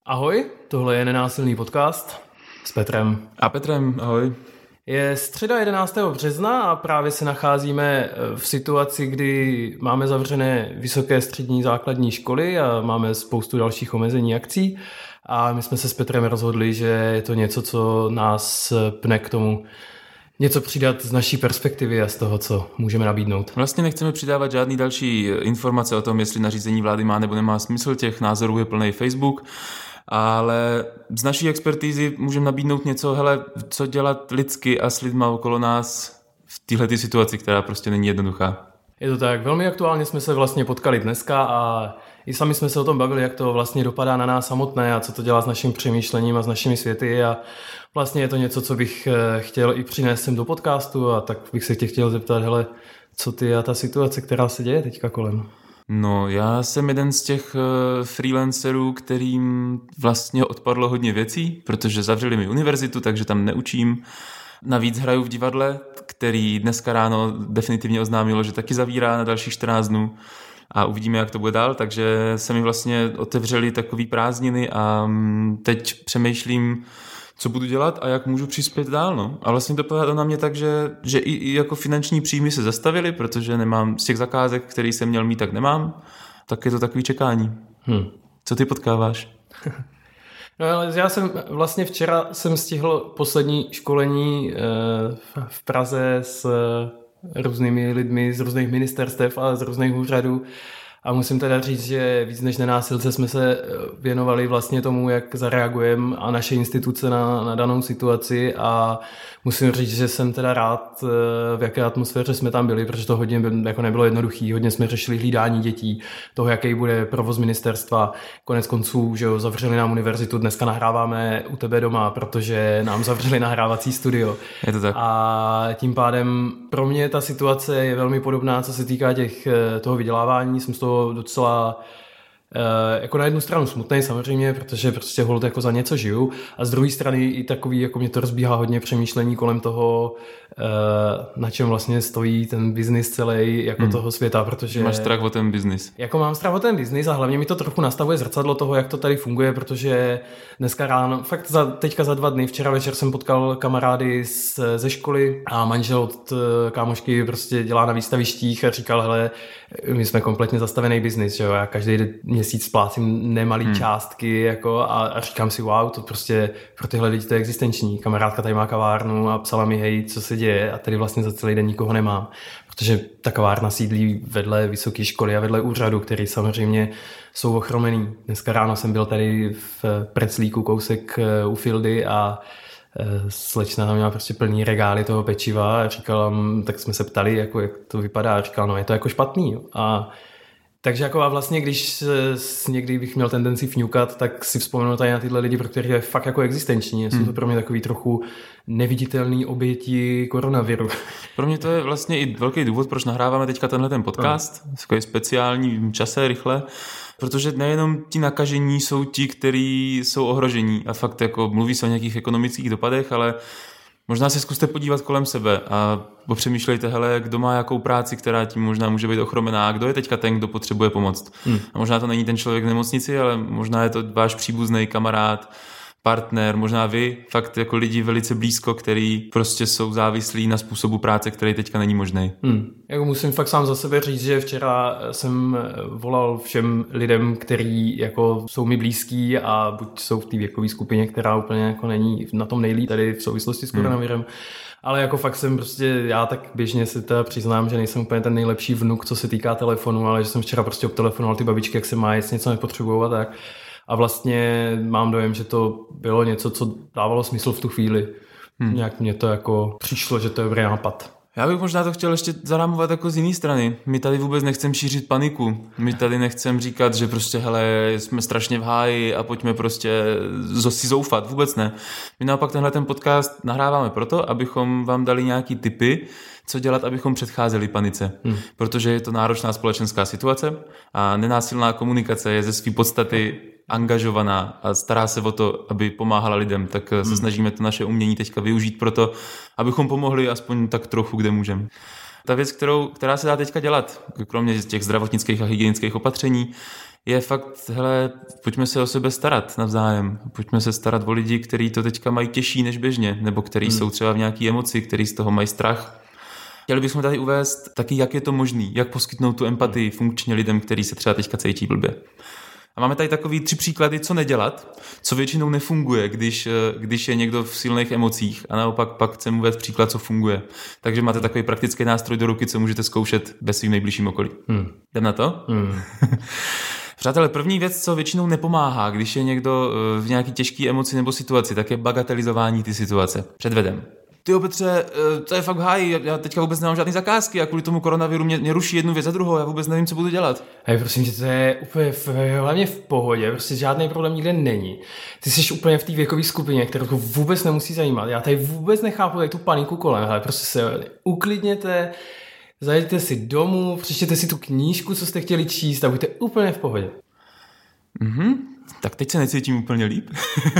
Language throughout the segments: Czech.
Ahoj, tohle je Nenásilný podcast s Petrem. A Petrem, ahoj. Je středa 11. března a právě se nacházíme v situaci, kdy máme zavřené vysoké střední základní školy a máme spoustu dalších omezení akcí. A my jsme se s Petrem rozhodli, že je to něco, co nás pne k tomu něco přidat z naší perspektivy a z toho, co můžeme nabídnout. Vlastně nechceme přidávat žádný další informace o tom, jestli nařízení vlády má nebo nemá smysl, těch názorů je plný Facebook, ale z naší expertízy můžeme nabídnout něco, co dělat lidsky a s lidma okolo nás v této situaci, která prostě není jednoduchá. Je to tak, velmi aktuálně jsme se vlastně potkali dneska a i sami jsme se o tom bavili, jak to vlastně dopadá na nás samotné a co to dělá s naším přemýšlením a s našimi světy a vlastně je to něco, co bych chtěl i přinést sem do podcastu a tak bych se tě chtěl zeptat, hele, co ty a ta situace, která se děje teďka kolem? No, já jsem jeden z těch freelancerů, kterým vlastně odpadlo hodně věcí, protože zavřeli mi univerzitu, takže tam neučím. Navíc hraju v divadle, který dneska ráno definitivně oznámilo, že taky zavírá na dalších 14 dnů a uvidíme, jak to bude dál, takže se mi vlastně otevřely takový prázdniny a teď přemýšlím, co budu dělat a jak můžu přispět dál. No. A vlastně to dopadá na mě tak, že i jako finanční příjmy se zastavily, protože nemám z těch zakázek, který jsem měl mít, tak nemám. Tak je to takový čekání. Co ty potkáváš? No, já jsem vlastně včera stihl poslední školení v Praze s různými lidmi z různých ministerstev a z různých úřadů. A musím teda říct, že víc než nenásilce jsme se věnovali vlastně tomu, jak zareagujeme a naše instituce na danou situaci a musím říct, že jsem teda rád, v jaké atmosféře jsme tam byli, protože to hodně jako nebylo jednoduchý, hodně jsme řešili hlídání dětí, toho, jaký bude provoz ministerstva, konec konců, že jo, zavřeli nám univerzitu, dneska nahráváme u tebe doma, protože nám zavřeli nahrávací studio. Je to tak. A tím pádem pro mě ta situace je velmi podobná, co se týká toho vydělávání, jsem z toho docela jako na jednu stranu smutnej samozřejmě, protože prostě holt jako za něco žiju a z druhé strany i takový, jako mě to rozbíhá hodně přemýšlení kolem toho, na čem vlastně stojí ten biznis celý jako toho světa, protože... Máš strach o ten biznis. Jako mám strach o ten biznis a hlavně mi to trochu nastavuje zrcadlo toho, jak to tady funguje, protože dneska ráno, fakt teďka za 2 dny, včera večer jsem potkal kamarády ze školy a manžel od kámošky prostě dělá na výstavištích a říkal, hele, my jsme kompletně zastavený biznis, že jo, já každý měsíc splácím nemalý částky jako a říkám si, wow, to prostě pro tyhle lidi to je existenční. Kamarádka tady má kavárnu a psala mi, hej, co se děje a tady vlastně za celý den nikoho nemám, protože ta kavárna sídlí vedle vysoké školy a vedle úřadu, který samozřejmě jsou ochromený. Dneska ráno jsem byl tady v Preclíku kousek u Fildy a slečna tam měla prostě plný regály toho pečiva a říkala, tak jsme se ptali, jako, jak to vypadá a říkala, no je to jako špatný. Jo. A takže jako a vlastně, když někdy bych měl tendenci fňukat, tak si vzpomenu tady na tyhle lidi, pro které je fakt jako existenční. Jsou to pro mě takový trochu neviditelný oběti koronaviru. Pro mě to je vlastně i velký důvod, proč nahráváme teďka tenhle ten podcast. Takový speciální čase, rychle. Protože nejenom ti nakažení jsou ti, kteří jsou ohrožení a fakt jako mluví se o nějakých ekonomických dopadech, ale možná se zkuste podívat kolem sebe a popřemýšlejte, hele, kdo má jakou práci, která tím možná může být ochromená a kdo je teďka ten, kdo potřebuje pomoct. A možná to není ten člověk v nemocnici, ale možná je to váš příbuzný kamarád, partner, možná vy, fakt jako lidi velice blízko, který prostě jsou závislí na způsobu práce, který teďka není možný. Jako musím fakt sám za sebe říct, že včera jsem volal všem lidem, kteří jako jsou mi blízký a buď jsou v té věkové skupině, která úplně jako není na tom nejlíp tady v souvislosti s koronavirem, ale jako fakt jsem prostě, já tak běžně si teda přiznám, že nejsem úplně ten nejlepší vnuk, co se týká telefonu, ale že jsem včera prostě obtelefonoval ty babičky, jak se má, jestli něco nepotřebují a tak. A vlastně mám dojem, že to bylo něco, co dávalo smysl v tu chvíli. Nějak mě to jako přišlo, že to je dobrý nápad. Já bych možná to chtěl ještě zarámovat jako z jiné strany. My tady vůbec nechcem šířit paniku. My tady nechcem říkat, že prostě hele, jsme strašně v háji a pojďme prostě si zoufat. Vůbec ne. My naopak tenhle ten podcast nahráváme proto, abychom vám dali nějaký tipy, co dělat, abychom předcházeli panice. Protože je to náročná společenská situace a nenásilná komunikace je ze své podstaty angažovaná a stará se o to, aby pomáhala lidem, tak se snažíme to naše umění teďka využít proto, abychom pomohli aspoň tak trochu, kde můžeme. Ta věc, která se dá teďka dělat, kromě těch zdravotnických a hygienických opatření, je fakt, hele, pojďme se o sebe starat navzájem. Pojďme se starat o lidi, kteří to teďka mají těžší než běžně, nebo kteří jsou třeba v nějaký emoci, kteří z toho mají strach. Chtěli bychom tady uvést taky, jak je to možný, jak poskytnout tu empatii funkčně lidem, kteří se třeba teďka cítí blbě. A máme tady takový 3 příklady, co nedělat, co většinou nefunguje, když je někdo v silných emocích a naopak pak chceme uvést příklad, co funguje. Takže máte takový praktický nástroj do ruky, co můžete zkoušet ve svým nejbližším okolí. Jdem na to? Přátelé, první věc, co většinou nepomáhá, když je někdo v nějaký těžké emoci nebo situaci, tak je bagatelizování ty situace. Předvedem. Tyjo Petře, to je fakt v háji, já teďka vůbec nemám žádný zakázky a kvůli tomu koronaviru mě ruší jednu věc za druhou, já vůbec nevím, co budu dělat. Hej, prosím tě, to je úplně hlavně v pohodě, prostě žádný problém nikde není. Ty jsi úplně v té věkové skupině, kterou to vůbec nemusí zajímat. Já tady vůbec nechápu tu paniku kolem, hele, prostě se uklidněte, zajděte si domů, přečtěte si tu knížku, co jste chtěli číst a buďte úplně v pohodě. Tak teď se necítím úplně líp.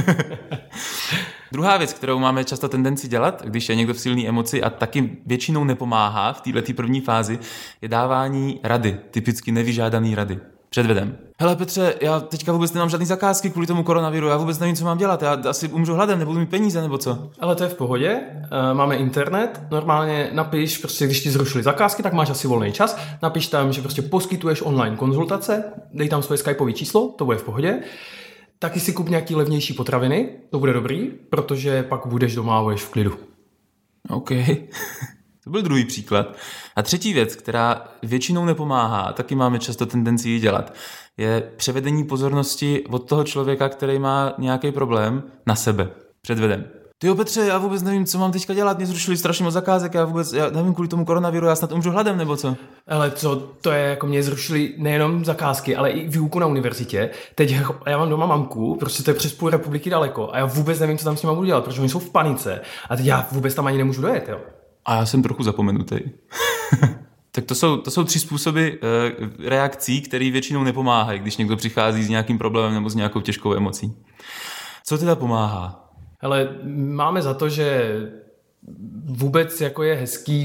Druhá věc, kterou máme často tendenci dělat, když je někdo v silné emoci a taky většinou nepomáhá v této první fázi, je dávání rady, typicky nevyžádaný rady. Předvedem. Hele Petře, já teďka vůbec nemám žádný zakázky kvůli tomu koronaviru, já vůbec nevím, co mám dělat, já asi umřu hladem, nebudu mít peníze, nebo co? Ale to je v pohodě, máme internet, normálně napiš, prostě když ti zrušili zakázky, tak máš asi volný čas, napiš tam, že prostě poskytuješ online konzultace, dej tam svoje skypeové číslo, to bude v pohodě. Taky si kup nějaký levnější potraviny, to bude dobrý, protože pak budeš doma a budeš v klidu. OK. To byl druhý příklad. A třetí věc, která většinou nepomáhá, a taky máme často tendenci ji dělat, je převedení pozornosti od toho člověka, který má nějaký problém, na sebe. Předvedem. Tyjo Petře, já vůbec nevím, co mám teďka dělat, mě zrušili strašně moc zakázek, já nevím kvůli tomu koronaviru, já snad umřu hladem, nebo co? Ale co, to je jako mě zrušili nejenom zakázky, ale i výuku na univerzitě. Teď já mám doma mamku, prostě to je přes půl republiky daleko a já vůbec nevím, co tam s nimi budu dělat, protože oni jsou v panice a teď já vůbec tam ani nemůžu dojet, jo. A já jsem trochu zapomenutý. Tak to jsou 3 způsoby reakcí, které většinou nepomáhají, když někdo přichází s nějakým problémem nebo s nějakou těžkou emocí. Co teda pomáhá? Ale máme za to, že vůbec jako je hezký,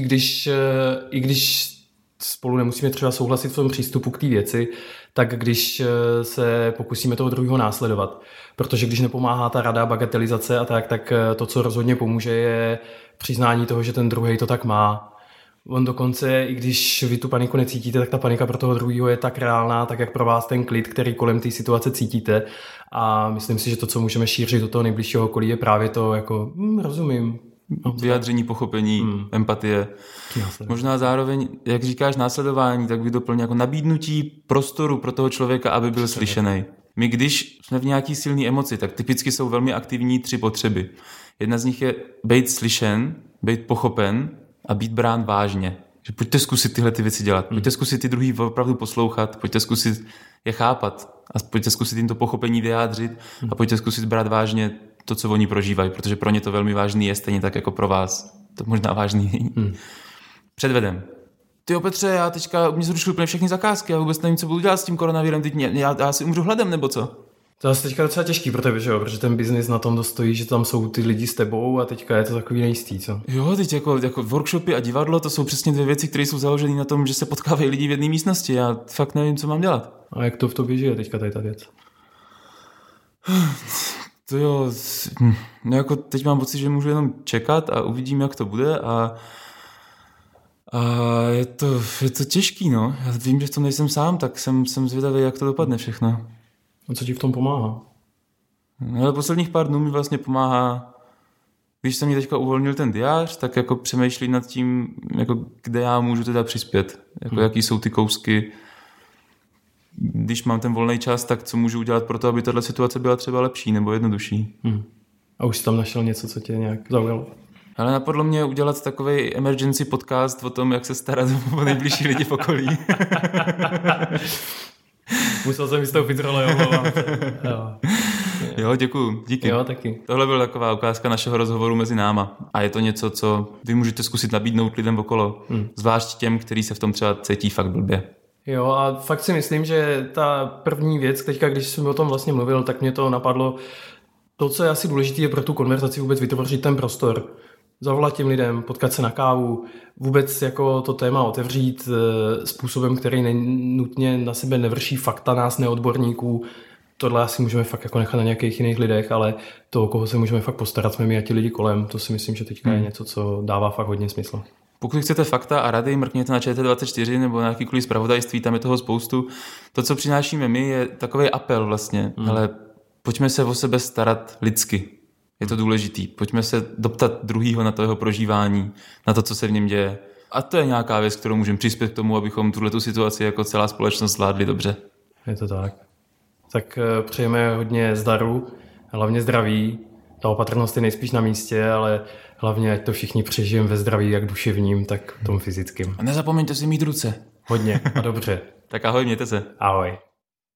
i když spolu nemusíme třeba souhlasit v tom přístupu k té věci, tak když se pokusíme toho druhého následovat. Protože když nepomáhá ta rada, bagatelizace a tak to, co rozhodně pomůže, je přiznání toho, že ten druhej to tak má. On dokonce, i když vy tu paniku necítíte, tak ta panika pro toho druhého je tak reálná, tak jak pro vás ten klid, který kolem té situace cítíte. A myslím si, že to, co můžeme šířit do toho nejbližšího okolí, je právě to jako rozumím. Vyjádření, pochopení, empatie. Možná zároveň, jak říkáš, následování, tak bych doplnil jako nabídnutí prostoru pro toho člověka, aby byl slyšený. My, když jsme v nějaký silný emoci, tak typicky jsou velmi aktivní 3 potřeby. Jedna z nich je být slyšen, být pochopen a být brán vážně. Že pojďte zkusit tyhle ty věci dělat. Pojďte zkusit ty druhý opravdu poslouchat, pojďte zkusit je chápat a pojďte zkusit jim to pochopení vyjádřit a pojďte zkusit brát vážně to, co oni prožívají, protože pro ně to velmi vážný je, stejně tak jako pro vás. To možná vážný není. Předvedem. Tyjo Petře, já teďka mě zrušili úplně všechny zakázky, já vůbec nevím, co budu dělat s tím koronavirem, teď já si umřu hladem, nebo co? To je teďka docela těžký pro tebe, že jo? Protože ten biznis na tom dostojí, že tam jsou ty lidi s tebou a teďka je to takový nejistý, co? Jo, teď jako workshopy a divadlo, to jsou přesně 2 věci, které jsou založeny na tom, že se potkávají lidi v jedné místnosti. Já fakt nevím, co mám dělat. A jak to v tobě žije teďka tady ta věc? To jo, no jako teď mám pocit, že můžu jenom čekat a uvidím, jak to bude a je to těžký, no. Já vím, že v tom nejsem sám, tak jsem zvědavý, jak to dopadne všechno. A co ti v tom pomáhá? No, ale posledních pár dnů mi vlastně pomáhá, když se mi teďka uvolnil ten diář, tak jako přemýšlím nad tím, jako kde já můžu teda přispět, jako jaký jsou ty kousky. Když mám ten volný čas, tak co můžu udělat pro to, aby tato situace byla třeba lepší nebo jednodušší. A už jsi tam našel něco, co tě nějak zaujalo? Ale napadlo mě udělat takový emergency podcast o tom, jak se starat o nejbližší lidi v okolí. Musel jsem vystoupit role, Jo, děkuju, díky. Jo, taky. Tohle byla taková ukázka našeho rozhovoru mezi náma. A je to něco, co vy můžete zkusit nabídnout lidem okolo. Zvlášť těm, kteří se v tom třeba cítí fakt blbě. Jo, a fakt si myslím, že ta první věc, teďka, když jsem o tom vlastně mluvil, tak mě to napadlo. To, co je asi důležité, je pro tu konverzaci vůbec vytvořit ten prostor. Zavolat těm lidem, potkat se na kávu, vůbec jako to téma otevřít způsobem, který nutně na sebe nevrší fakta nás neodborníků. Tohle asi můžeme fakt jako nechat na nějakých jiných lidech, ale to, o koho se můžeme fakt postarat, jsme my a ti lidi kolem, to si myslím, že teďka je něco, co dává fakt hodně smysl. Pokud chcete fakta a rady, mrkněte na ČT24 nebo na jakýkoliv zpravodajství, tam je toho spoustu. To, co přinášíme my, je takový apel vlastně, ale pojďme se o sebe starat lidsky. Je to důležitý. Pojďme se doptat druhýho na to jeho prožívání, na to, co se v něm děje. A to je nějaká věc, kterou můžeme přispět k tomu, abychom tuhletu situaci jako celá společnost zvládli dobře. Je to tak. Tak přejeme hodně zdaru, hlavně zdraví. Ta opatrnost je nejspíš na místě, ale hlavně ať to všichni přežijeme ve zdraví, jak duševním, tak v tom fyzickým. A nezapomeňte si mít ruce. Hodně a dobře. Tak ahoj, mějte se. Ahoj.